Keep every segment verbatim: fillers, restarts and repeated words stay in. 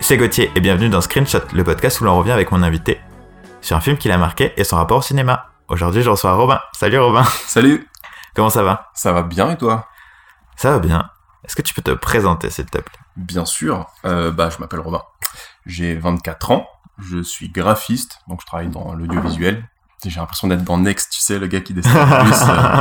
c'est Gauthier et bienvenue dans Screenshot, le podcast où l'on revient avec mon invité sur un film qui l'a marqué et son rapport au cinéma. Aujourd'hui, je reçois Robin. Salut Robin. Salut. Comment ça va ? Ça va bien et toi ? Ça va bien. Est-ce que tu peux te présenter s'il te plaît ? Bien sûr. Euh, bah, je m'appelle Robin. J'ai vingt-quatre ans. Je suis graphiste, donc je travaille dans l'audiovisuel. J'ai l'impression d'être dans Next, tu sais, le gars qui dessine plus.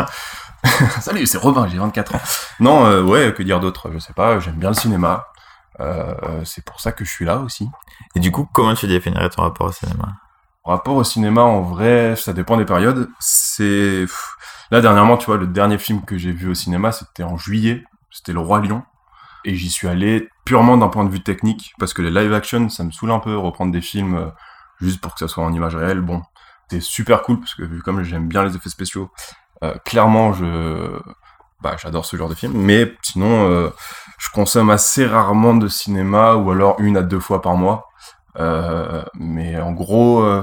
Euh... Salut, c'est Robin, j'ai vingt-quatre ans. Non, euh, ouais, que dire d'autre ? Je sais pas, j'aime bien le cinéma. Euh, c'est pour ça que je suis là aussi. Et du coup, comment tu définirais ton rapport au cinéma ? Rapport au cinéma, en vrai, ça dépend des périodes. C'est... Là, dernièrement, tu vois, le dernier film que j'ai vu au cinéma, c'était en juillet. C'était Le Roi Lion. Et j'y suis allé purement d'un point de vue technique, parce que les live action, ça me saoule un peu, reprendre des films euh, juste pour que ça soit en image réelle. Bon, c'est super cool, parce que vu comme j'aime bien les effets spéciaux, euh, clairement, je... Bah, j'adore ce genre de film. Mais sinon, euh, je consomme assez rarement de cinéma, ou alors une à deux fois par mois. Euh, mais en gros, euh,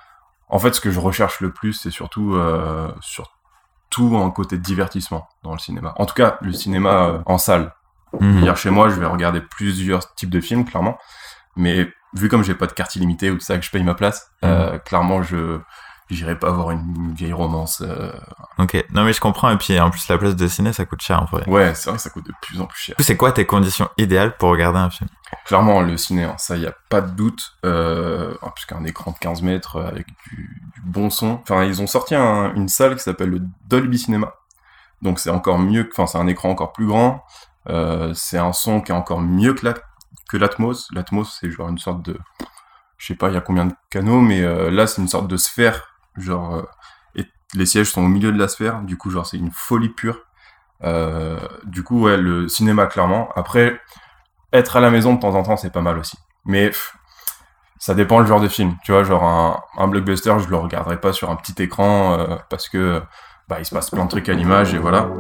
en fait, ce que je recherche le plus, c'est surtout, euh, surtout un côté de divertissement dans le cinéma. En tout cas, le cinéma euh, en salle. Mmh. Hier, chez moi, je vais regarder plusieurs types de films, clairement. Mais vu comme j'ai pas de carte illimitée ou tout ça, que je paye ma place, mmh. euh, clairement, je j'irai pas voir une vieille romance. Euh... Ok, non mais je comprends. Et puis en plus, la place de ciné, ça coûte cher en vrai. Ouais, c'est vrai que ça coûte de plus en plus cher. C'est quoi tes conditions idéales pour regarder un film ? Clairement, le ciné, hein, ça, y a pas de doute. Euh, puisqu'un écran de quinze mètres avec du, du bon son. Enfin, ils ont sorti un, une salle qui s'appelle le Dolby Cinema. Donc c'est encore mieux, enfin c'est un écran encore plus grand. Euh, c'est un son qui est encore mieux que, la, que l'Atmos. L'Atmos, c'est genre une sorte de... Je sais pas, il y a combien de canaux, mais euh, là, c'est une sorte de sphère. Genre, euh, et les sièges sont au milieu de la sphère. Du coup, genre, c'est une folie pure. Euh, du coup, ouais, le cinéma, clairement. Après, être à la maison de temps en temps, c'est pas mal aussi. Mais pff, ça dépend le genre de film. Tu vois, genre, un, un blockbuster, je le regarderai pas sur un petit écran euh, parce que bah, il se passe plein de trucs à l'image et voilà.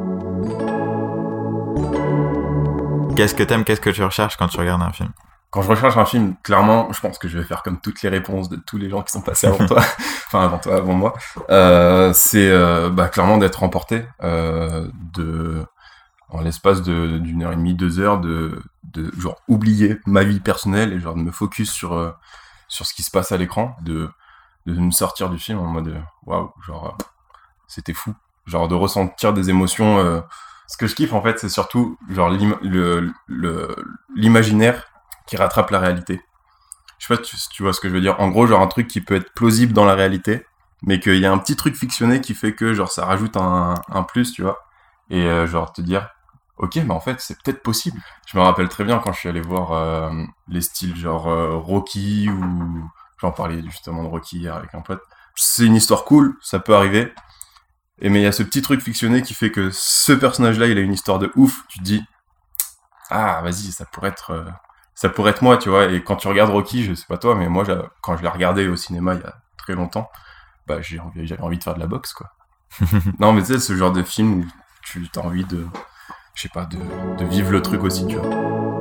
Qu'est-ce que t'aimes, qu'est-ce que tu recherches quand tu regardes un film ? Quand je recherche un film, clairement, je pense que je vais faire comme toutes les réponses de tous les gens qui sont passés avant toi, enfin avant toi, avant moi, euh, c'est euh, bah, clairement d'être emporté, euh, de, en l'espace de, d'une heure et demie, deux heures, de, de genre oublier ma vie personnelle et genre de me focus sur, euh, sur ce qui se passe à l'écran, de, de me sortir du film en mode waouh, genre euh, c'était fou, genre de ressentir des émotions. Euh, ce que je kiffe en fait, c'est surtout genre l'im- le, le, l'imaginaire qui rattrape la réalité. Je sais pas si tu, tu vois ce que je veux dire. En gros, genre un truc qui peut être plausible dans la réalité, mais qu'il y a un petit truc fictionné qui fait que genre ça rajoute un, un plus, tu vois. Et euh, genre te dire, ok, mais en fait c'est peut-être possible. Je me rappelle très bien quand je suis allé voir euh, les styles genre euh, Rocky ou j'en parlais justement de Rocky hier avec un pote. C'est une histoire cool, ça peut arriver. Et mais il y a ce petit truc fictionné qui fait que ce personnage-là, il a une histoire de ouf. Tu te dis, ah vas-y, ça pourrait être euh, ça pourrait être moi, tu vois. Et quand tu regardes Rocky, je sais pas toi, mais moi, quand je l'ai regardé au cinéma il y a très longtemps, bah, j'ai envie, j'avais envie de faire de la boxe, quoi. Non, mais tu sais, ce genre de film où tu as envie de, je sais pas, de, de vivre le truc aussi, tu vois.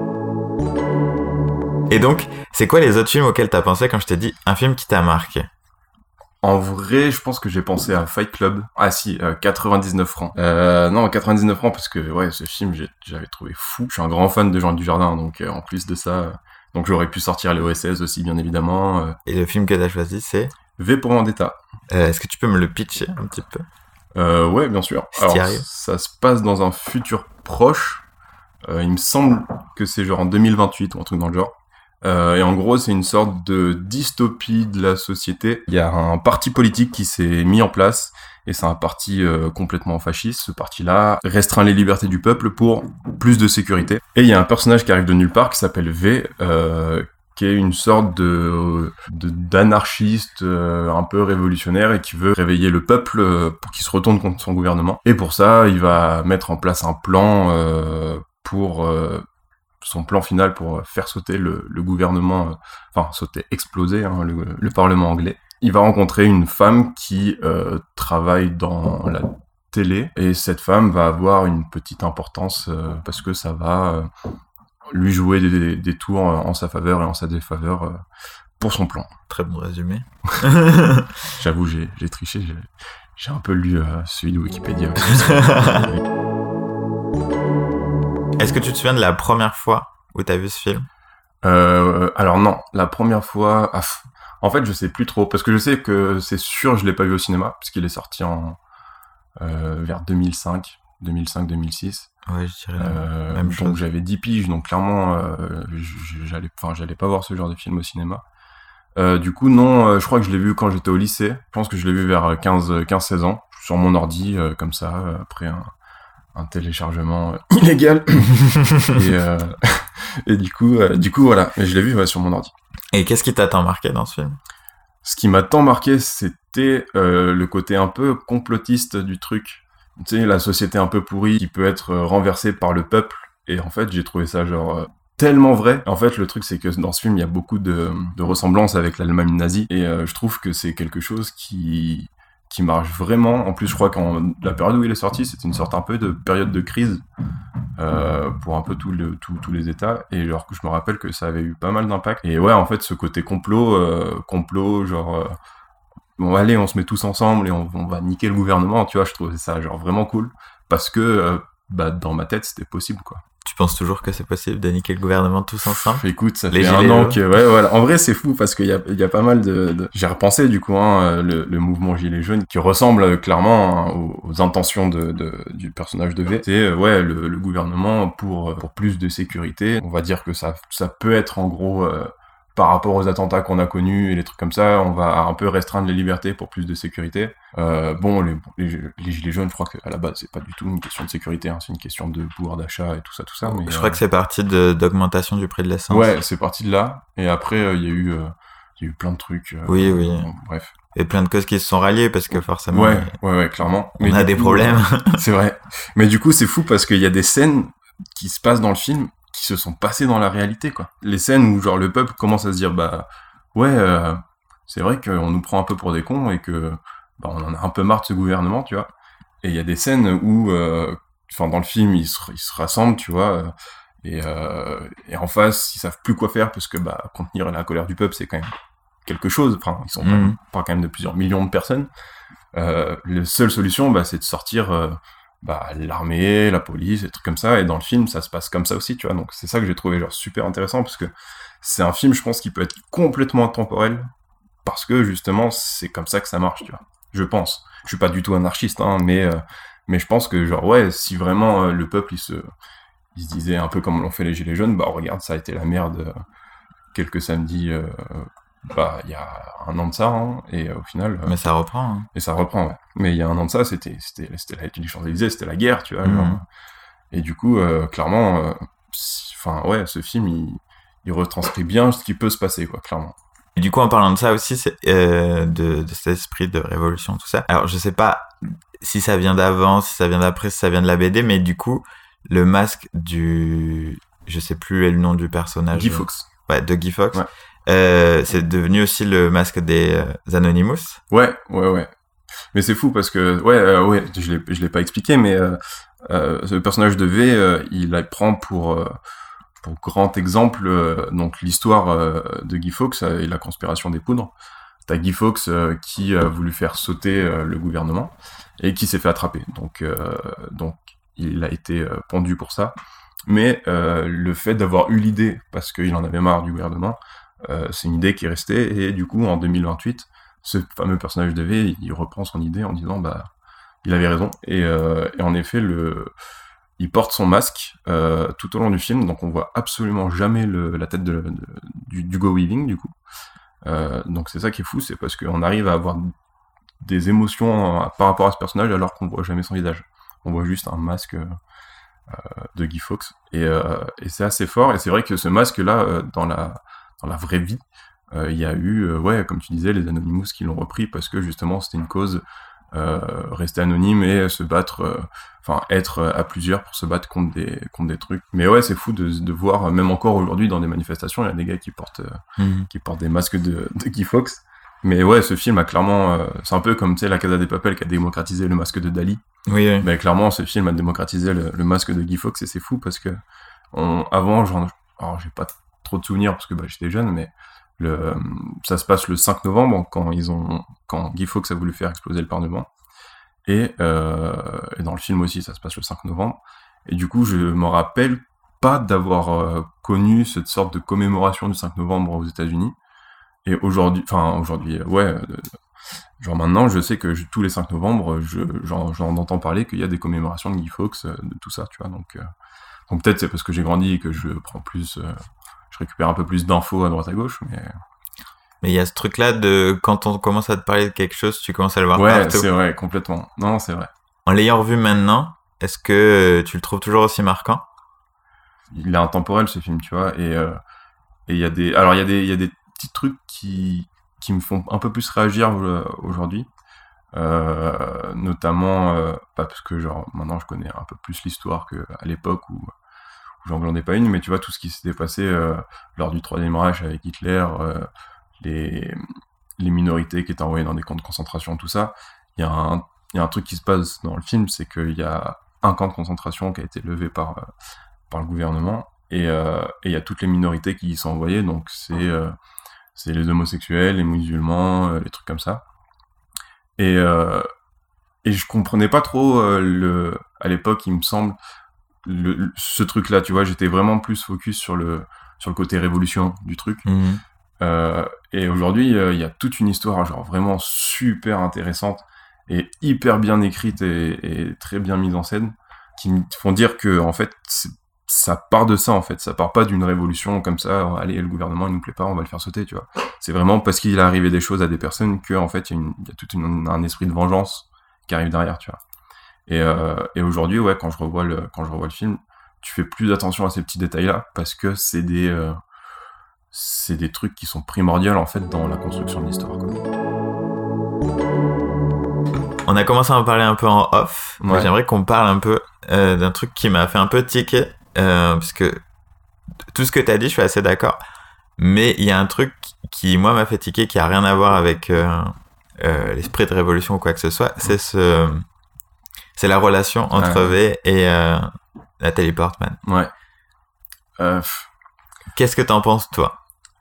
Et donc, c'est quoi les autres films auxquels t'as pensé quand je t'ai dit un film qui t'a marqué ? En vrai, je pense que j'ai pensé à Fight Club. Ah si, euh, quatre-vingt-dix-neuf francs. Euh, non, quatre-vingt-dix-neuf francs parce que ouais, ce film, j'ai, j'avais trouvé fou. Je suis un grand fan de Jean Dujardin, donc euh, en plus de ça, euh, donc j'aurais pu sortir les O S S aussi, bien évidemment. Euh. Et le film que t'as choisi, c'est V pour Vendetta. Euh, est-ce que tu peux me le pitcher un petit peu ? euh, Ouais, bien sûr. Si Alors, ça se passe dans un futur proche. Euh, il me semble que c'est genre en deux mille vingt-huit ou un truc dans le genre. Euh, et en gros, c'est une sorte de dystopie de la société. Il y a un parti politique qui s'est mis en place, et c'est un parti euh, complètement fasciste. Ce parti-là restreint les libertés du peuple pour plus de sécurité. Et il y a un personnage qui arrive de nulle part, qui s'appelle V, euh, qui est une sorte de, de d'anarchiste euh, un peu révolutionnaire, et qui veut réveiller le peuple euh, pour qu'il se retourne contre son gouvernement. Et pour ça, il va mettre en place un plan euh, pour... Euh, son plan final pour faire sauter le, le gouvernement, euh, enfin sauter, exploser hein, le, le Parlement anglais. Il va rencontrer une femme qui euh, travaille dans la télé, et cette femme va avoir une petite importance euh, parce que ça va euh, lui jouer des, des, des tours en sa faveur et en sa défaveur euh, pour son plan. Très bon résumé. J'avoue, j'ai, j'ai triché, j'ai, j'ai un peu lu euh, celui de Wikipédia. Est-ce que tu te souviens de la première fois où t'as vu ce film ? Euh, alors non, la première fois... Ah, pff, en fait, je sais plus trop, parce que je sais que c'est sûr je l'ai pas vu au cinéma, puisqu'il est sorti en euh, vers deux mille cinq, deux mille cinq deux mille six. Ouais, je dirais Euh, la même donc chose. j'avais dix piges, donc clairement, euh, j- j'allais, enfin, j'allais pas voir ce genre de film au cinéma. Euh, du coup, non, euh, je crois que je l'ai vu quand j'étais au lycée. Je pense que je l'ai vu vers quinze seize ans, sur mon ordi, euh, comme ça, euh, après un, un téléchargement euh, illégal. et, euh, et du coup, euh, du coup, voilà, et je l'ai vu ouais, sur mon ordi. Et qu'est-ce qui t'a tant marqué dans ce film? Ce qui m'a tant marqué, c'était euh, le côté un peu complotiste du truc. Tu sais, la société un peu pourrie qui peut être euh, renversée par le peuple. Et en fait, j'ai trouvé ça genre euh, tellement vrai. En fait, le truc, c'est que dans ce film, il y a beaucoup de, de ressemblances avec l'Allemagne nazie. Et euh, je trouve que c'est quelque chose qui qui marche vraiment. En plus, je crois qu'en la période où il est sorti, c'était une sorte un peu de période de crise euh, pour un peu tous le, tout, tous les États. Et genre, je me rappelle que ça avait eu pas mal d'impact. Et ouais, en fait, ce côté complot, euh, complot, genre, euh, bon, allez, on se met tous ensemble et on, on va niquer le gouvernement, tu vois, je trouvais ça genre vraiment cool. Parce que, euh, bah, dans ma tête, c'était possible, quoi. Tu penses toujours que c'est possible de niquer le gouvernement tous ensemble? Écoute, ça Les fait un gilets an jaunes. que, ouais, voilà. En vrai, c'est fou parce qu'il y a, il y a pas mal de, de... J'ai repensé, du coup, hein, le, le mouvement Gilets jaunes qui ressemble euh, clairement hein, aux, aux intentions de, de, du personnage de V. C'est, euh, ouais, le, le gouvernement pour, pour plus de sécurité. On va dire que ça, ça peut être, en gros, euh, par rapport aux attentats qu'on a connus et les trucs comme ça, on va un peu restreindre les libertés pour plus de sécurité. Euh, bon, les, les, les Gilets jaunes, je crois qu'à la base, c'est pas du tout une question de sécurité, hein, c'est une question de pouvoir d'achat et tout ça, tout ça. Mais, Je euh... crois que c'est parti de, d'augmentation du prix de l'essence. Ouais, c'est parti de là. Et après, il euh, y a eu, euh, y a eu plein de trucs. Euh, oui, oui. Bon, bref. Et plein de causes qui se sont ralliées parce que forcément. Ouais, ouais, ouais, clairement. On mais a des coup, problèmes. Euh, c'est vrai. Mais du coup, c'est fou parce qu'il y a des scènes qui se passent dans le film qui se sont passées dans la réalité, quoi. Les scènes où, genre, le peuple commence à se dire, bah, ouais, euh, c'est vrai qu'on nous prend un peu pour des cons et que, bah, on en a un peu marre de ce gouvernement, tu vois. Et il y a des scènes où, euh, enfin, dans le film, ils se, ils se rassemblent, tu vois. Et, euh, et en face, ils savent plus quoi faire parce que bah, contenir la colère du peuple, c'est quand même quelque chose. Enfin, ils sont mmh. pas, pas quand même de plusieurs millions de personnes. Euh, la seule solution, bah, c'est de sortir euh, bah, l'armée, la police, des trucs comme ça. Et dans le film, ça se passe comme ça aussi, tu vois. Donc c'est ça que j'ai trouvé genre super intéressant parce que c'est un film, je pense, qui peut être complètement intemporel parce que justement, c'est comme ça que ça marche, tu vois. Je pense. Je suis pas du tout anarchiste, hein, mais euh, mais je pense que genre ouais, si vraiment euh, le peuple il se il se disait un peu comme l'ont fait les Gilets jaunes, bah regarde, ça a été la merde euh, quelques samedis, euh, bah il y a un an de ça, hein, et euh, au final... Euh, mais ça reprend. Hein. Et ça reprend, ouais. Mais il y a un an de ça, c'était, c'était, c'était la, les Champs-Élysées, c'était la guerre, tu vois. Mmh. Genre. Et du coup, euh, clairement, enfin euh, ouais, ce film, il, il retranscrit bien ce qui peut se passer, quoi, clairement. Et du coup, en parlant de ça aussi, c'est, euh, de, de cet esprit de révolution, tout ça. Alors, je sais pas si ça vient d'avant, si ça vient d'après, si ça vient de la B D, mais du coup, le masque du... Je sais plus le nom du personnage. Guy Fawkes. Ouais, de Guy Fawkes. Ouais. Euh, c'est devenu aussi le masque des euh, Anonymous. Ouais, ouais, ouais. Mais c'est fou parce que, ouais, euh, ouais, je l'ai, je l'ai pas expliqué, mais euh, euh, ce personnage de V, euh, il la prend pour... Euh, pour grand exemple, euh, donc l'histoire euh, de Guy Fawkes euh, et la conspiration des poudres. T'as Guy Fawkes euh, qui a voulu faire sauter euh, le gouvernement et qui s'est fait attraper. Donc, euh, donc il a été euh, pendu pour ça. Mais euh, le fait d'avoir eu l'idée, parce qu'il en avait marre du gouvernement, euh, c'est une idée qui est restée. Et du coup, en deux mille vingt-huit, ce fameux personnage de V, il reprend son idée en disant, bah, il avait raison. Et, euh, et en effet, le... il porte son masque euh, tout au long du film, donc on voit absolument jamais le, la tête de, de, du, du Hugo Weaving, du coup. Euh, donc c'est ça qui est fou, c'est parce qu'on arrive à avoir des émotions euh, par rapport à ce personnage alors qu'on voit jamais son visage. On voit juste un masque euh, de Guy Fawkes. Et, euh, et c'est assez fort, et c'est vrai que ce masque-là, euh, dans, la, dans la vraie vie, il euh, y a eu, euh, ouais, comme tu disais, les Anonymous qui l'ont repris parce que justement c'était une cause... Euh, rester anonyme et se battre, enfin euh, être à plusieurs pour se battre contre des contre des trucs. Mais ouais, c'est fou de, de voir, même encore aujourd'hui dans des manifestations, il y a des gars qui portent euh, mmh. qui portent des masques de, de Guy Fawkes. Mais ouais, ce film a clairement, euh, c'est un peu comme tu sais la Casa de Papel qui a démocratisé le masque de Dali. Oui. oui. Mais clairement, ce film a démocratisé le, le masque de Guy Fawkes et c'est fou parce que on, avant, genre, alors j'ai pas trop de souvenirs parce que bah, j'étais jeune, mais Le, ça se passe le cinq novembre quand ils ont quand Guy Fawkes a voulu faire exploser le Parlement et, euh, et dans le film aussi ça se passe le cinq novembre et du coup je me rappelle pas d'avoir euh, connu cette sorte de commémoration du cinq novembre aux États-Unis. Et aujourd'hui, enfin aujourd'hui, ouais, euh, genre maintenant, je sais que je, tous les cinq novembre, je, j'en, j'en entends parler qu'il y a des commémorations de Guy Fawkes, euh, de tout ça, tu vois. Donc, euh, donc peut-être c'est parce que j'ai grandi et que je prends plus, euh, je récupère un peu plus d'infos à droite à gauche, mais. Mais il y a ce truc-là de quand on commence à te parler de quelque chose, tu commences à le voir ouais, partout. Ouais, c'est vrai, complètement. Non, c'est vrai. En l'ayant revu maintenant, est-ce que tu le trouves toujours aussi marquant ? Il est intemporel ce film, tu vois, et euh, et il y a des, alors il y a des, il y a des petits trucs qui qui me font un peu plus réagir euh, aujourd'hui, euh, notamment euh, pas parce que genre maintenant je connais un peu plus l'histoire qu'à l'époque où, où j'en glandais pas une, mais tu vois tout ce qui s'était passé euh, lors du Troisième Reich avec Hitler, euh, les les minorités qui étaient envoyées dans des camps de concentration, tout ça. Il y a un il y a un truc qui se passe dans le film, c'est qu'il y a un camp de concentration qui a été levé par euh, par le gouvernement, et euh, et il y a toutes les minorités qui y sont envoyées, donc c'est euh, c'est les homosexuels, les musulmans, euh, les trucs comme ça. Et euh, et je comprenais pas trop euh, le à l'époque, il me semble, le, le- ce truc-là, tu vois, j'étais vraiment plus focus sur le sur le côté révolution du truc. Mmh. Euh, et aujourd'hui, euh, il y a toute une histoire genre vraiment super intéressante et hyper bien écrite et, et très bien mise en scène, qui me font dire que en fait c'est- ça part de ça en fait, ça part pas d'une révolution comme ça. Allez, le gouvernement il nous plaît pas, on va le faire sauter, tu vois. C'est vraiment parce qu'il est arrivé des choses à des personnes que en fait il y a, une- il y a tout une- un esprit de vengeance qui arrive derrière, tu vois. Et, euh, et aujourd'hui, ouais, quand je revois le quand je revois le film, tu fais plus attention à ces petits détails là parce que c'est des euh, c'est des trucs qui sont primordiaux en fait dans la construction de l'histoire, quoi. On a commencé à en parler un peu en off, mais Ouais. j'aimerais qu'on parle un peu euh, d'un truc qui m'a fait un peu tiquer, euh, parce que tout ce que tu as dit, je suis assez d'accord, mais il y a un truc qui, moi, m'a fait tiquer, qui a rien à voir avec euh, euh, l'esprit de révolution ou quoi que ce soit, c'est ce, c'est la relation entre Ouais. V et euh, Nathalie Portman. Ouais. Euh, pff, Qu'est-ce que t'en penses, toi ?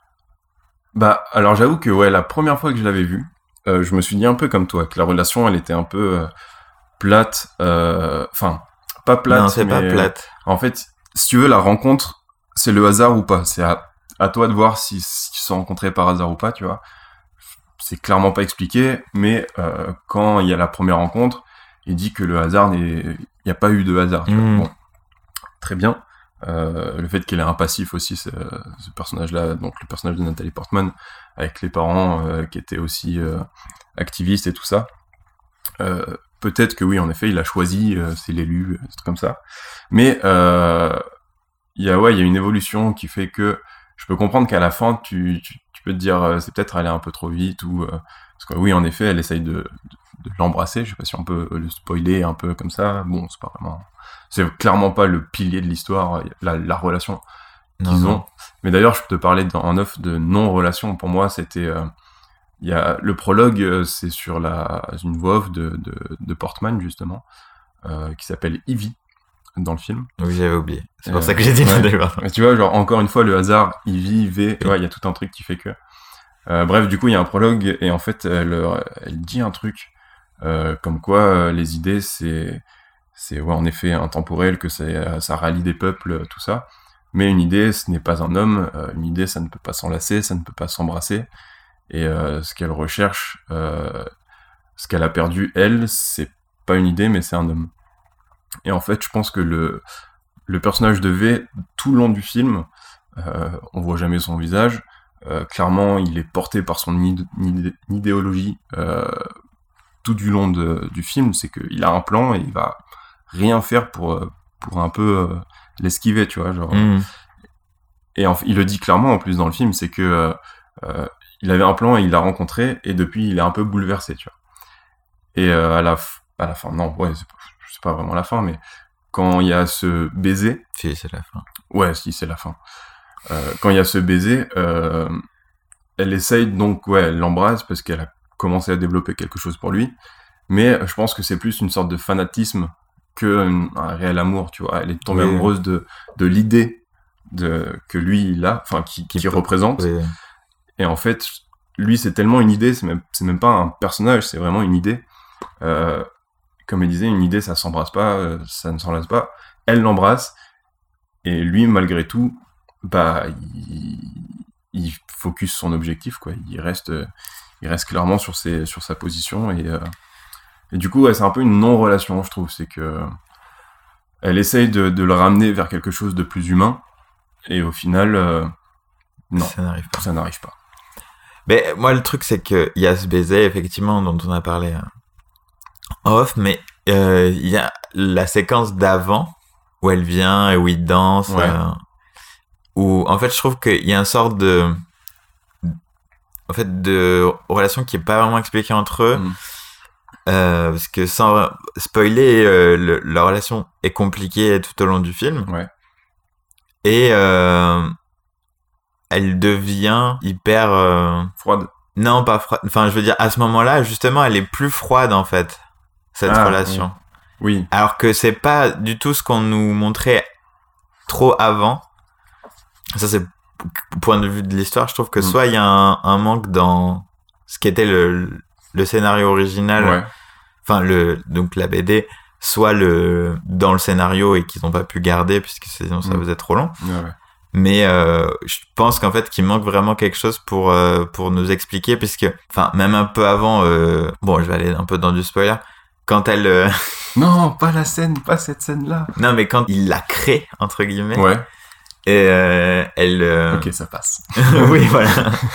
bah, alors j'avoue que ouais, la première fois que je l'avais vu, euh, je me suis dit un peu comme toi, que la relation, elle était un peu euh, plate. euh, Enfin, pas plate, Non, c'est mais pas plate. en fait, si tu veux, la rencontre, c'est le hasard ou pas. C'est à, à toi de voir si, si ils se sont rencontrés par hasard ou pas, tu vois. C'est clairement pas expliqué, mais euh, quand il y a la première rencontre, il dit que le hasard n'est, il n'y a pas eu de hasard, tu vois. Mmh. Bon, très bien. Euh, le fait qu'elle ait un passif aussi, ce, ce personnage-là, donc le personnage de Nathalie Portman, avec les parents euh, qui étaient aussi euh, activistes et tout ça. Euh, peut-être que oui, en effet, il a choisi, euh, c'est l'élu, c'est comme ça. Mais euh, il y a ouais, il y a une évolution qui fait que je peux comprendre qu'à la fin, tu, tu, tu peux te dire euh, c'est peut-être aller un peu trop vite ou euh, parce que oui, en effet, elle essaye de, de, de l'embrasser. Je sais pas si on peut le spoiler un peu comme ça. Bon, c'est pas vraiment, c'est clairement pas le pilier de l'histoire, la, la relation Non, qu'ils non. ont. Mais d'ailleurs, je peux te parler dans, en off de non-relation. Pour moi, c'était euh, il y a le prologue, euh, c'est sur la une voix off de, de, de Portman justement, euh, qui s'appelle Ivy dans le film. Oui, j'avais oublié. C'est pour Euh, ça que j'ai dit ouais. Nathalie Portman. Mais tu vois, genre encore une fois, le hasard, Ivy, V, Oui. ouais, il y a tout un truc qui fait que. Euh, bref, du coup, il y a un prologue et en fait, elle, euh, elle dit un truc euh, comme quoi euh, les idées, c'est, c'est ouais, en effet intemporel, que c'est, ça rallie des peuples, tout ça. Mais une idée, ce n'est pas un homme. Euh, une idée, ça ne peut pas s'enlacer, ça ne peut pas s'embrasser. Et euh, ce qu'elle recherche, euh, ce qu'elle a perdu, elle, c'est pas une idée, mais c'est un homme. Et en fait, je pense que le, le personnage de V, tout le long du film, euh, on voit jamais son visage. Euh, clairement, il est porté par son id- id- idéologie euh, tout du long de, du film. C'est qu'il a un plan et il va rien faire pour, euh, pour un peu euh, l'esquiver, tu vois. Genre. Mmh. Et en, il le dit clairement en plus dans le film, c'est que euh, euh, il avait un plan et il l'a rencontré et depuis il est un peu bouleversé, tu vois. Et euh, à la f- à la fin, non, ouais, c'est pas, c'est pas vraiment la fin, mais quand il y a ce baiser, Si, c'est la fin. ouais, si c'est la fin. Euh, quand il y a ce baiser, euh, elle essaye donc, ouais, elle l'embrasse parce qu'elle a commencé à développer quelque chose pour lui, mais je pense que c'est plus une sorte de fanatisme que un réel amour, tu vois. Elle est tombée Oui. amoureuse de de l'idée de que lui il a, enfin qui qui, Qui peut- représente. Oui. Et en fait, lui, c'est tellement une idée, c'est même, c'est même pas un personnage, c'est vraiment une idée. Euh, comme elle disait, une idée, ça s'embrasse pas, euh, ça ne s'enlace pas. Elle l'embrasse, Et lui, malgré tout, bah, il, il focus son objectif, quoi. Il reste, il reste clairement sur, ses, sur sa position. Et, euh, et du coup, ouais, c'est un peu une non-relation, je trouve. C'est que elle essaye de, de le ramener vers quelque chose de plus humain. Et au final, euh, non, ça n'arrive pas. Ça n'arrive pas. Mais moi, le truc, c'est qu'il y a ce baiser, effectivement, dont on a parlé en off, mais il euh, y a la séquence d'avant, où elle vient et où il danse, ouais. euh, où, en fait, je trouve qu'il y a une sorte de... En fait, de relation qui est pas vraiment expliquée entre eux, mm. euh, parce que sans spoiler, euh, le, la relation est compliquée tout au long du film. Ouais. Et... Euh, elle devient hyper... Euh... Froide. Non, pas froide. Enfin, je veux dire, à ce moment-là, justement, elle est plus froide, en fait, cette ah, relation. Oui. oui. Alors que c'est pas du tout ce qu'on nous montrait trop avant. Ça, c'est point de vue de l'histoire. Je trouve que mmh. soit il y a un, un manque dans ce qu'était le, le scénario original, ouais. enfin, le, donc la B D, soit le, dans le scénario et qu'ils n'ont pas pu garder, puisque sinon ça mmh. faisait trop long. Ouais, ouais. Mais euh, je pense qu'en fait qu'il manque vraiment quelque chose pour euh, pour nous expliquer, puisque enfin même un peu avant, euh, bon je vais aller un peu dans du spoiler, quand elle euh... non pas la scène, pas cette scène là. Non mais quand il la crée entre guillemets. Ouais. Et euh, elle. Euh... Ok ça passe. oui voilà.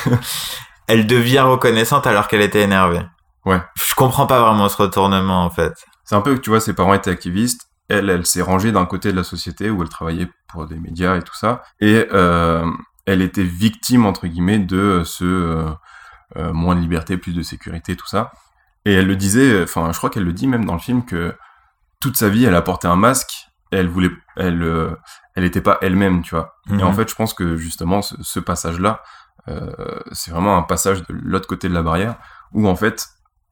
Elle devient reconnaissante alors qu'elle était énervée. Ouais. Je comprends pas vraiment ce retournement en fait. C'est un peu que tu vois ses parents étaient activistes. Elle, elle s'est rangée d'un côté de la société où elle travaillait pour des médias et tout ça. Et euh, elle était victime, entre guillemets, de ce euh, euh, moins de liberté, plus de sécurité, tout ça. Et elle le disait, enfin, je crois qu'elle le dit même dans le film, que toute sa vie, elle a porté un masque. Et elle voulait, elle, euh, elle était pas elle-même, tu vois. Mm-hmm. Et en fait, je pense que justement, ce, ce passage-là, euh, c'est vraiment un passage de l'autre côté de la barrière, où en fait,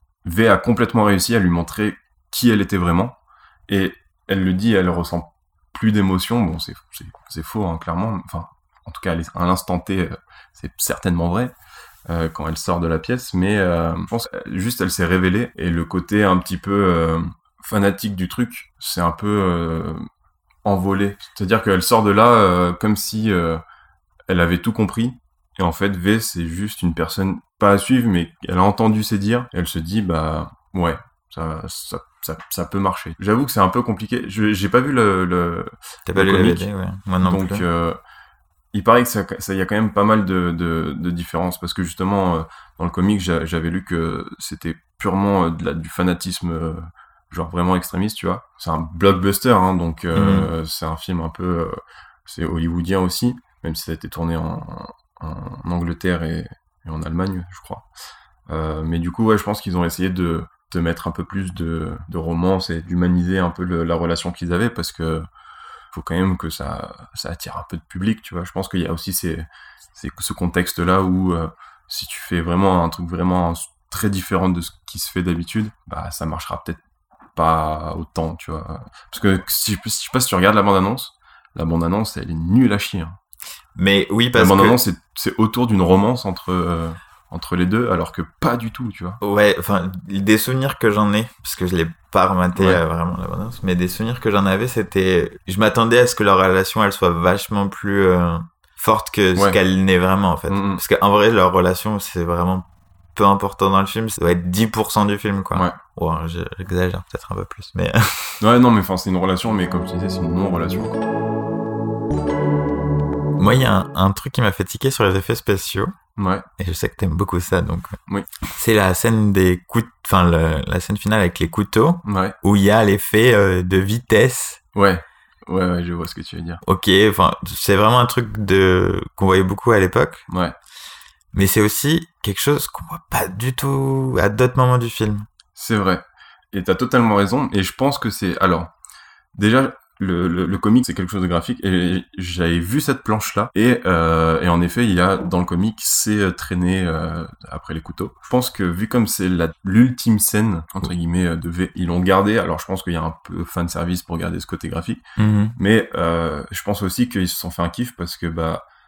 V a complètement réussi à lui montrer qui elle était vraiment. Et elle le dit, elle ressent plus d'émotion. Bon, c'est, c'est, c'est faux, hein, clairement. Enfin, en tout cas, à l'instant T, c'est certainement vrai euh, quand elle sort de la pièce. Mais euh, je pense juste, elle s'est révélée. Et le côté un petit peu euh, fanatique du truc, c'est un peu euh, envolé. C'est-à-dire qu'elle sort de là euh, comme si euh, elle avait tout compris. Et en fait, V, c'est juste une personne pas à suivre, mais elle a entendu ses dires. Et elle se dit, bah, ouais, ça... ça Ça, ça peut marcher. J'avoue que c'est un peu compliqué. Je, j'ai pas vu le, le T'as pas le lu comic, la B D, ouais. Moi non donc, plus. Donc, euh, il paraît que ça, ça, y a quand même pas mal de, de, de différences parce que justement, euh, dans le comic, j'a, j'avais lu que c'était purement euh, de la, du fanatisme, euh, genre vraiment extrémiste, tu vois. C'est un blockbuster, hein, donc euh, mm-hmm. c'est un film un peu, euh, c'est hollywoodien aussi, même si ça a été tourné en, en, en Angleterre et, et en Allemagne, je crois. Euh, mais du coup, ouais, je pense qu'ils ont essayé de de mettre un peu plus de, de romance et d'humaniser un peu le, la relation qu'ils avaient parce que faut quand même que ça, ça attire un peu de public, tu vois. Je pense qu'il y a aussi ces, ces, ce contexte-là où euh, si tu fais vraiment un truc vraiment très différent de ce qui se fait d'habitude, bah ça marchera peut-être pas autant, tu vois. Parce que si, je sais pas si tu regardes la bande-annonce, la bande-annonce, elle est nulle à chier. Hein. Mais oui, parce que... La bande-annonce, que... c'est, c'est autour d'une romance entre... Euh, entre les deux, alors que pas du tout, tu vois. Ouais, enfin, des souvenirs que j'en ai, parce que je l'ai pas rematé ouais. euh, vraiment la bande-annonce, mais des souvenirs que j'en avais, c'était... Je m'attendais à ce que leur relation, elle soit vachement plus euh, forte que ce ouais. qu'elle n'est vraiment, en fait. Mm-hmm. Parce qu'en vrai, leur relation, c'est vraiment peu important dans le film, ça doit être dix pour cent du film, quoi. Ouais. Bon, j'exagère peut-être un peu plus, mais... ouais, non, mais enfin, c'est une relation, mais comme tu disais, c'est une non-relation, quoi. Moi, il y a un, un truc qui m'a fait tiquer sur les effets spéciaux. Ouais. Et je sais que t'aimes beaucoup ça, donc. Oui. C'est la scène des coups, enfin, le, la scène finale avec les couteaux. Ouais. Où il y a l'effet euh, de vitesse. Ouais. Ouais, ouais, je vois ce que tu veux dire. Ok, enfin, c'est vraiment un truc de, qu'on voyait beaucoup à l'époque. Ouais. Mais c'est aussi quelque chose qu'on voit pas du tout à d'autres moments du film. C'est vrai. Et t'as totalement raison. Et je pense que c'est, alors, déjà, Le, le, le comic, c'est quelque chose de graphique, et j'avais vu cette planche-là, et, euh, et en effet, il y a, dans le comic, c'est traîné euh, après les couteaux. Je pense que, vu comme c'est la, l'ultime scène, entre guillemets, de V, ils l'ont gardé, alors je pense qu'il y a un peu fan service pour garder ce côté graphique, mm-hmm. mais euh, je pense aussi qu'ils se sont fait un kiff, parce que, bah,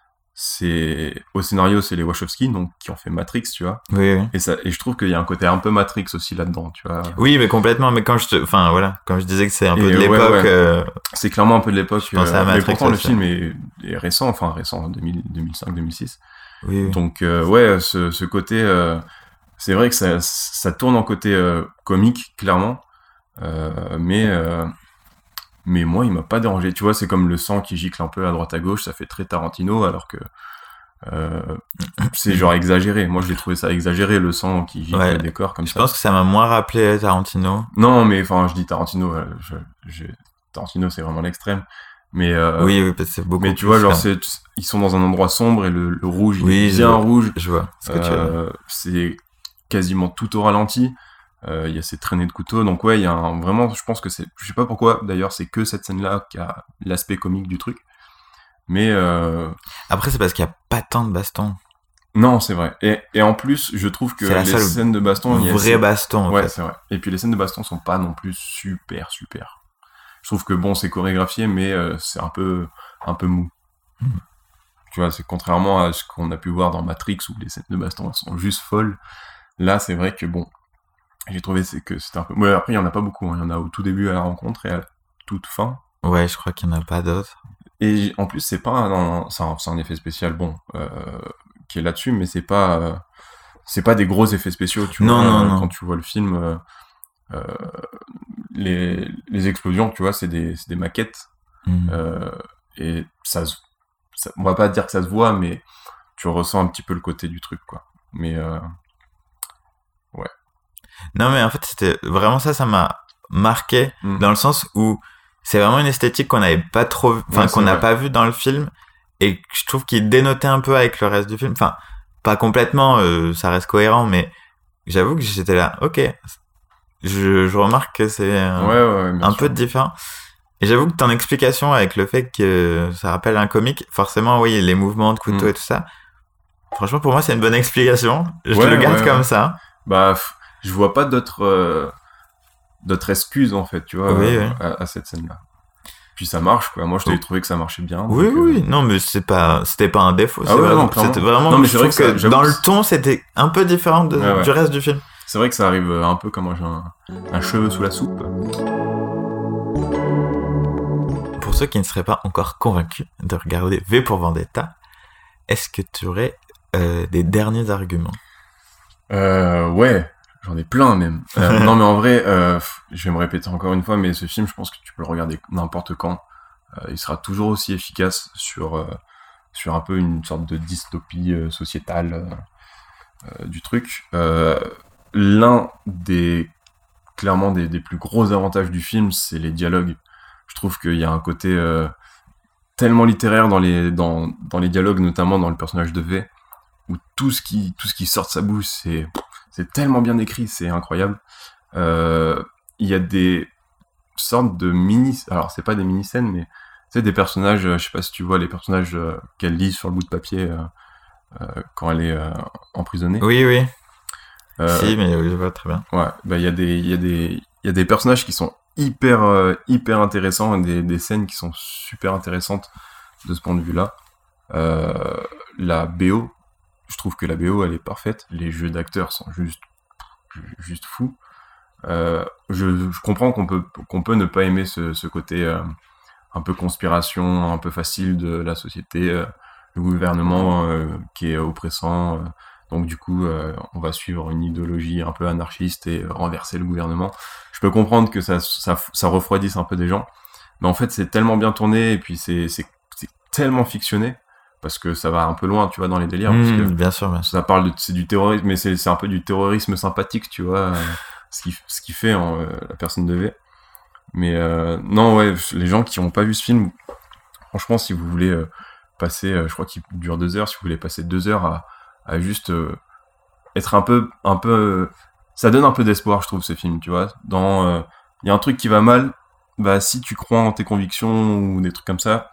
c'est au scénario, c'est les Wachowski, donc qui ont fait Matrix, tu vois. Oui, oui. Et ça, et je trouve qu'il y a un côté un peu Matrix aussi là-dedans, tu vois. Oui, mais complètement. Mais quand je te, enfin voilà, quand je disais que c'est un peu Et de ouais, l'époque, ouais. euh, C'est clairement un peu de l'époque. Je pensais à mais Matrix pourtant, le aussi. film est, est récent, enfin récent, deux mille, deux mille cinq, deux mille six. oui, oui. Donc euh, ouais, ce, ce côté, euh, c'est vrai que ça, ça tourne en côté euh, comique, clairement. Euh, mais euh, mais moi, il m'a pas dérangé. Tu vois, c'est comme le sang qui gicle un peu à droite à gauche, ça fait très Tarantino, alors que euh, c'est genre exagéré. Moi, j'ai trouvé ça exagéré, le sang qui gicle Ouais. le décor comme Je ça. pense que ça m'a moins rappelé Tarantino. Non, mais enfin, je dis Tarantino. euh, Je, je, Tarantino, c'est vraiment l'extrême. Mais euh, Oui, oui, parce que c'est beaucoup mais tu plus vois, genre, comme- c'est, ils sont dans un endroit sombre et le, le rouge, il Oui, est je bien vois. rouge. Je vois ce que tu veux dire. Euh, c'est quasiment tout au ralenti. Euh, Il y a ces traînées de couteaux. Donc ouais, il y a un, vraiment, je pense que c'est, je sais pas pourquoi. D'ailleurs, c'est que cette scène-là qui a l'aspect comique du truc. Mais euh, Après, c'est parce qu'il y a pas tant de baston. non, c'est vrai. Et, et en plus, je trouve que C'est la les seule scènes de baston, il y a Vrai ces- baston, en ouais, fait. c'est vrai. Et puis les scènes de baston sont pas non plus super super. Je trouve que bon, c'est chorégraphié, mais euh, c'est un peu un peu mou. Mm. Tu vois, c'est contrairement à ce qu'on a pu voir dans Matrix où les scènes de baston sont juste folles. Là, c'est vrai que bon, j'ai trouvé c'est que c'était un peu. Ouais, après, il y en a pas beaucoup. hein. Il y en a au tout début à la rencontre et à la toute fin. Ouais, je crois qu'il n'y en a pas d'autres. Et en plus, c'est pas un, c'est un, c'est un effet spécial bon euh, qui est là-dessus, mais c'est pas euh, c'est pas des gros effets spéciaux. Tu Non, vois, non, euh, non. quand tu vois le film, euh, euh, les, les explosions, tu vois, c'est des, c'est des maquettes. Mm. Euh, et ça, se- ça, on va pas dire que ça se voit, mais tu ressens un petit peu le côté du truc, quoi. Mais euh, Non, mais en fait, c'était vraiment ça, ça m'a marqué mm. dans le sens où c'est vraiment une esthétique qu'on n'avait pas trop, enfin, Ouais, qu'on c'est n'a vrai. pas vu dans le film et que je trouve qu'il dénotait un peu avec le reste du film. Enfin, pas complètement, euh, ça reste cohérent, mais j'avoue que j'étais là, ok. Je, je remarque que c'est un, ouais, ouais, ouais, bien un sûr. peu différent. Et j'avoue que ton explication avec le fait que ça rappelle un comic, forcément, oui, les mouvements de couteau Mm. et tout ça. Franchement, pour moi, c'est une bonne explication. Je Ouais, le garde ouais, comme ouais. ça. Bah, pff, je vois pas d'autres euh, d'autres excuses, en fait, tu vois, Oui, euh, oui. à, à cette scène-là. Puis ça marche, quoi. Moi, je t'ai Oh. trouvé que ça marchait bien. Oui, donc, euh, oui, non, mais c'est pas, c'était pas un défaut. Ah c'est ouais, vraiment, non, clairement. c'était vraiment. Non, mais je c'est vrai trouve que ça- que, j'avoue dans que le c'est- ton, c'était un peu différent de- Ouais, ouais. du reste du film. C'est vrai que ça arrive euh, un peu comme un, un cheveu sous la soupe. Pour ceux qui ne seraient pas encore convaincus de regarder V pour Vendetta, est-ce que tu aurais euh, des derniers arguments? Euh, ouais, j'en ai plein même. Euh, non, mais en vrai, euh, je vais me répéter encore une fois, mais ce film, je pense que tu peux le regarder n'importe quand. Euh, il sera toujours aussi efficace sur, euh, sur un peu une sorte de dystopie euh, sociétale euh, euh, du truc. Euh, l'un des, clairement, des, des plus gros avantages du film, c'est les dialogues. Je trouve qu'il y a un côté euh, tellement littéraire dans les, dans, dans les dialogues, notamment dans le personnage de V, où tout ce qui, tout ce qui sort de sa bouche, c'est, c'est tellement bien écrit, c'est incroyable. Euh, Il y a des sortes de mini, alors c'est pas des mini-scènes, mais tu sais, des personnages, euh, je sais pas si tu vois les personnages euh, qu'elle lit sur le bout de papier euh, euh, quand elle est euh, emprisonnée. Oui, oui. Euh, Si, mais oui, je vois très bien. Ouais, bah il y a des, il y a des, il y a des personnages qui sont hyper, euh, hyper intéressants, et des, des scènes qui sont super intéressantes de ce point de vue-là. Euh, la B O, je trouve que la B O elle est parfaite. Les jeux d'acteurs sont juste, juste fous. Euh, je, je comprends qu'on peut, qu'on peut ne pas aimer ce, ce côté euh, un peu conspiration, un peu facile de la société, euh, le gouvernement euh, qui est oppressant. Euh, donc du coup, euh, on va suivre une idéologie un peu anarchiste et euh, renverser le gouvernement. Je peux comprendre que ça, ça, ça refroidisse un peu des gens, mais en fait, c'est tellement bien tourné et puis c'est, c'est, c'est tellement fictionné parce que ça va un peu loin, tu vois, dans les délires. Mmh, parce que bien sûr, bien sûr. ça parle de, c'est du terrorisme, mais c'est, c'est un peu du terrorisme sympathique, tu vois, euh, ce qui, ce qui fait hein, euh, la personne de V. Mais euh, non, ouais, les gens qui n'ont pas vu ce film, franchement, si vous voulez euh, passer, euh, je crois qu'il dure deux heures, si vous voulez passer deux heures à, à juste euh, être un peu, un peu, euh, ça donne un peu d'espoir, je trouve, ce film, tu vois. Dans, il euh, y a un truc qui va mal, bah si tu crois en tes convictions ou des trucs comme ça,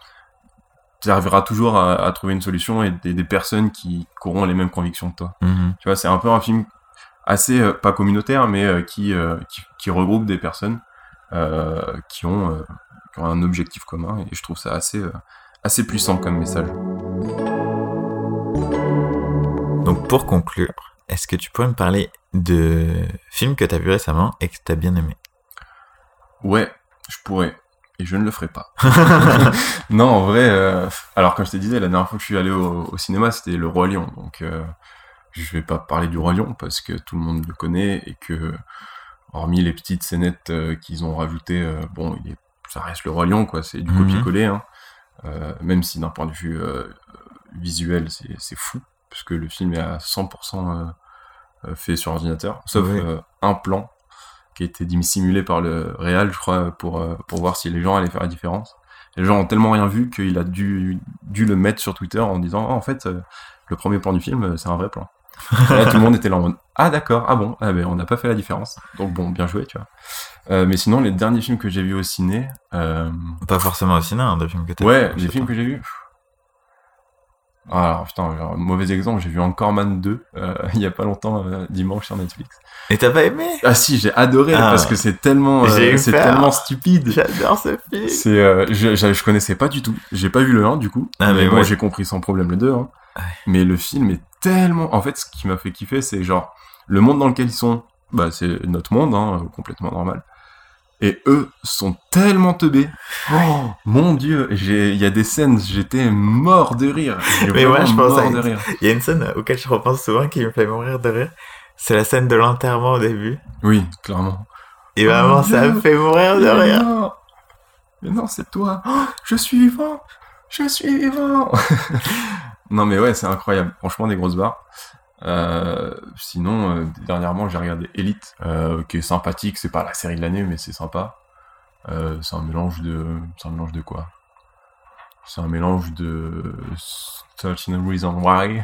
tu arriveras toujours à, à trouver une solution et des, des personnes qui, qui auront les mêmes convictions que toi. Mmh. Tu vois, c'est un peu un film assez, euh, pas communautaire, mais euh, qui, euh, qui, qui regroupe des personnes euh, qui, ont, euh, qui ont un objectif commun, et je trouve ça assez, euh, assez puissant comme message. pour conclure, est-ce que tu pourrais me parler de films que tu as vu récemment et que tu as bien aimé? Ouais, je pourrais. Et je ne le ferai pas. Non, en vrai, euh, alors comme je te disais, la dernière fois que je suis allé au, au cinéma, c'était Le Roi Lion. Donc, euh, je vais pas parler du Roi Lion parce que tout le monde le connaît et que, hormis les petites scénettes euh, qu'ils ont rajoutées, euh, bon, il est, ça reste Le Roi Lion, quoi. C'est du Mhm. copier-coller, hein. Euh, même si d'un point de vue euh, visuel, c'est, c'est fou, parce que le film est à cent pour cent euh, euh, fait sur ordinateur, sauf Oui. euh, un plan qui a été dissimulé par le réal, je crois, pour, euh, pour voir si les gens allaient faire la différence. Les gens ont tellement rien vu qu'il a dû, dû le mettre sur Twitter en disant oh, en fait, euh, le premier plan du film, euh, c'est un vrai plan. Et là, tout le monde était là en mode ah d'accord, ah bon, ah ben, on n'a pas fait la différence. Donc bon, bien joué, tu vois. Euh, mais sinon, les derniers films que j'ai vus au ciné. Euh... Pas forcément au ciné, hein, des films que tu as Ouais, vu. les films que j'ai vus. Alors putain, genre, mauvais exemple, j'ai vu Encore Man deux euh, il y a pas longtemps, euh, dimanche sur Netflix. Et t'as pas aimé? Ah si, j'ai adoré Ah. parce que c'est tellement, J'ai euh, eu c'est peur. tellement stupide. J'adore ce film. C'est, euh, je, je, je connaissais pas du tout. J'ai pas vu le un du coup. Ah, mais mais bon, ouais. j'ai compris sans problème le deux. Hein. Ouais. Mais le film est tellement. En fait, ce qui m'a fait kiffer, c'est genre le monde dans lequel ils sont. Bah, c'est notre monde, hein, complètement normal. Et eux sont tellement teubés. Oh, mon Dieu, j'ai, il y a des scènes, j'étais mort de rire. J'ai Mais moi, je pense mort à de une- rire. Il y a une scène auquel je repense souvent qui me fait mourir de rire. C'est la scène de l'enterrement au début. Oui, clairement. Et vraiment, Oh, ça Dieu. me fait mourir de Mais rire. non, mais non, c'est toi. Oh, je suis vivant. Je suis vivant. Non, mais ouais, c'est incroyable. Franchement, des grosses barres. Euh, sinon, euh, dernièrement, j'ai regardé Elite, euh, qui est sympathique. C'est pas la série de l'année, mais c'est sympa. Euh, c'est un mélange de, c'est un mélange de quoi? C'est un mélange de thirteen Reasons Why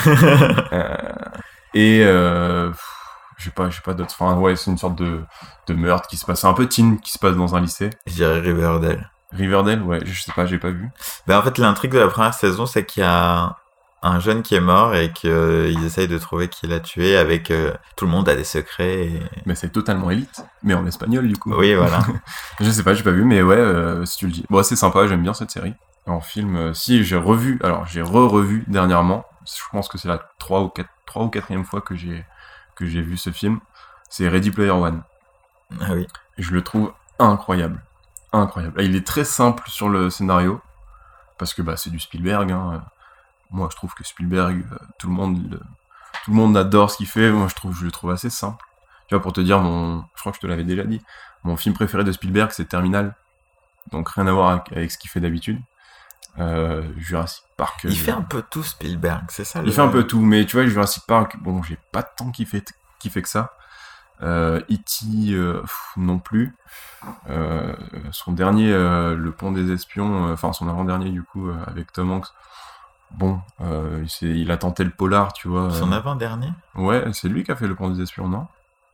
euh, et euh, pff, j'ai pas, j'ai pas d'autres. Enfin, ouais, c'est une sorte de, de meurtre qui se passe, c'est un peu teen qui se passe dans un lycée. Je dirais Riverdale. Riverdale, ouais, je sais pas, j'ai pas vu. Ben, en fait, l'intrigue de la première saison, c'est qu'il y a un jeune qui est mort et qu'ils essayent de trouver qui l'a tué avec... euh, tout le monde a des secrets. Et... Mais c'est totalement Elite, mais en espagnol du coup. Oui, voilà. Je sais pas, j'ai pas vu, mais ouais, euh, si tu le dis. Bon, c'est sympa, j'aime bien cette série. En film, euh, si j'ai revu, alors j'ai re-revu dernièrement, je pense que c'est la trois ou quatre, trois ou quatrième fois que j'ai que j'ai vu ce film, c'est Ready Player One. Ah oui. Et je le trouve incroyable. Incroyable. Il est très simple sur le scénario, parce que bah, c'est du Spielberg. Hein. Moi, je trouve que Spielberg, euh, tout le monde le, tout le monde adore ce qu'il fait. Moi, je trouve, je le trouve assez simple. Tu vois, pour te dire, mon, je crois que je te l'avais déjà dit, mon film préféré de Spielberg, c'est Terminal. Donc rien à voir avec, avec ce qu'il fait d'habitude. Euh, Jurassic Park. Il je- fait un peu tout Spielberg, c'est ça il le... fait un peu tout, mais tu vois, Jurassic Park, bon, j'ai pas tant kiffé, kiffé que ça. Euh, E T euh, pff, non plus. Euh, son dernier, euh, Le Pont des Espions, euh, enfin son avant-dernier du coup, euh, avec Tom Hanks. Bon, euh, il, s'est- il a tenté le polar, tu vois. Son euh. avant-dernier? Ouais, c'est lui qui a fait Le Pont des Espions, non?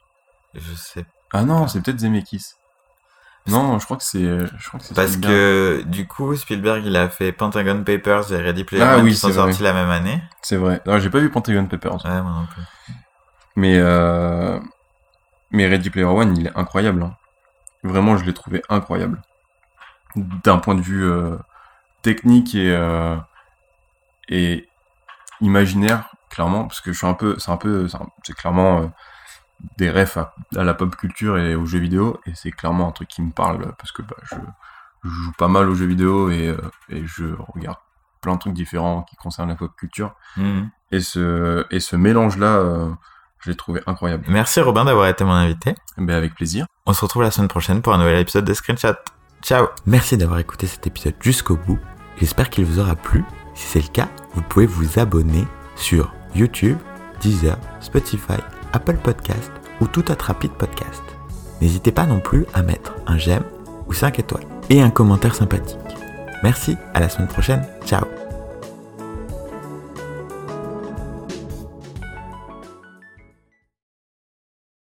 Je sais. Ah non, c'est peut-être Zemeckis. Non, je crois que c'est, je crois que c'est Parce Spielberg. que, du coup, Spielberg, il a fait Pentagon Papers et Ready Player Ah One oui, qui sont c'est vrai. sortis la même année. C'est vrai. Non, j'ai pas vu Pentagon Papers. Ouais, moi non plus. Mais, euh... mais Ready Player One, il est incroyable. Hein. Vraiment, je l'ai trouvé incroyable. D'un point de vue euh, technique et, euh, et imaginaire, clairement, parce que je suis un peu, c'est un peu, c'est, un- c'est clairement euh, des refs à, à la pop culture et aux jeux vidéo, et c'est clairement un truc qui me parle, parce que bah, je, je joue pas mal aux jeux vidéo et, euh, et je regarde plein de trucs différents qui concernent la pop culture. Mhm. Et ce, et ce mélange-là, euh, je l'ai trouvé incroyable. Merci Robin d'avoir été mon invité. Ben, avec plaisir. On se retrouve la semaine prochaine pour un nouvel épisode de Screenshot. Ciao. Merci d'avoir écouté cet épisode jusqu'au bout. J'espère qu'il vous aura plu. Si c'est le cas, vous pouvez vous abonner sur YouTube, Deezer, Spotify, Apple Podcast ou tout autre rapide podcast. N'hésitez pas non plus à mettre un j'aime ou cinq étoiles et un commentaire sympathique. Merci, à la semaine prochaine. Ciao.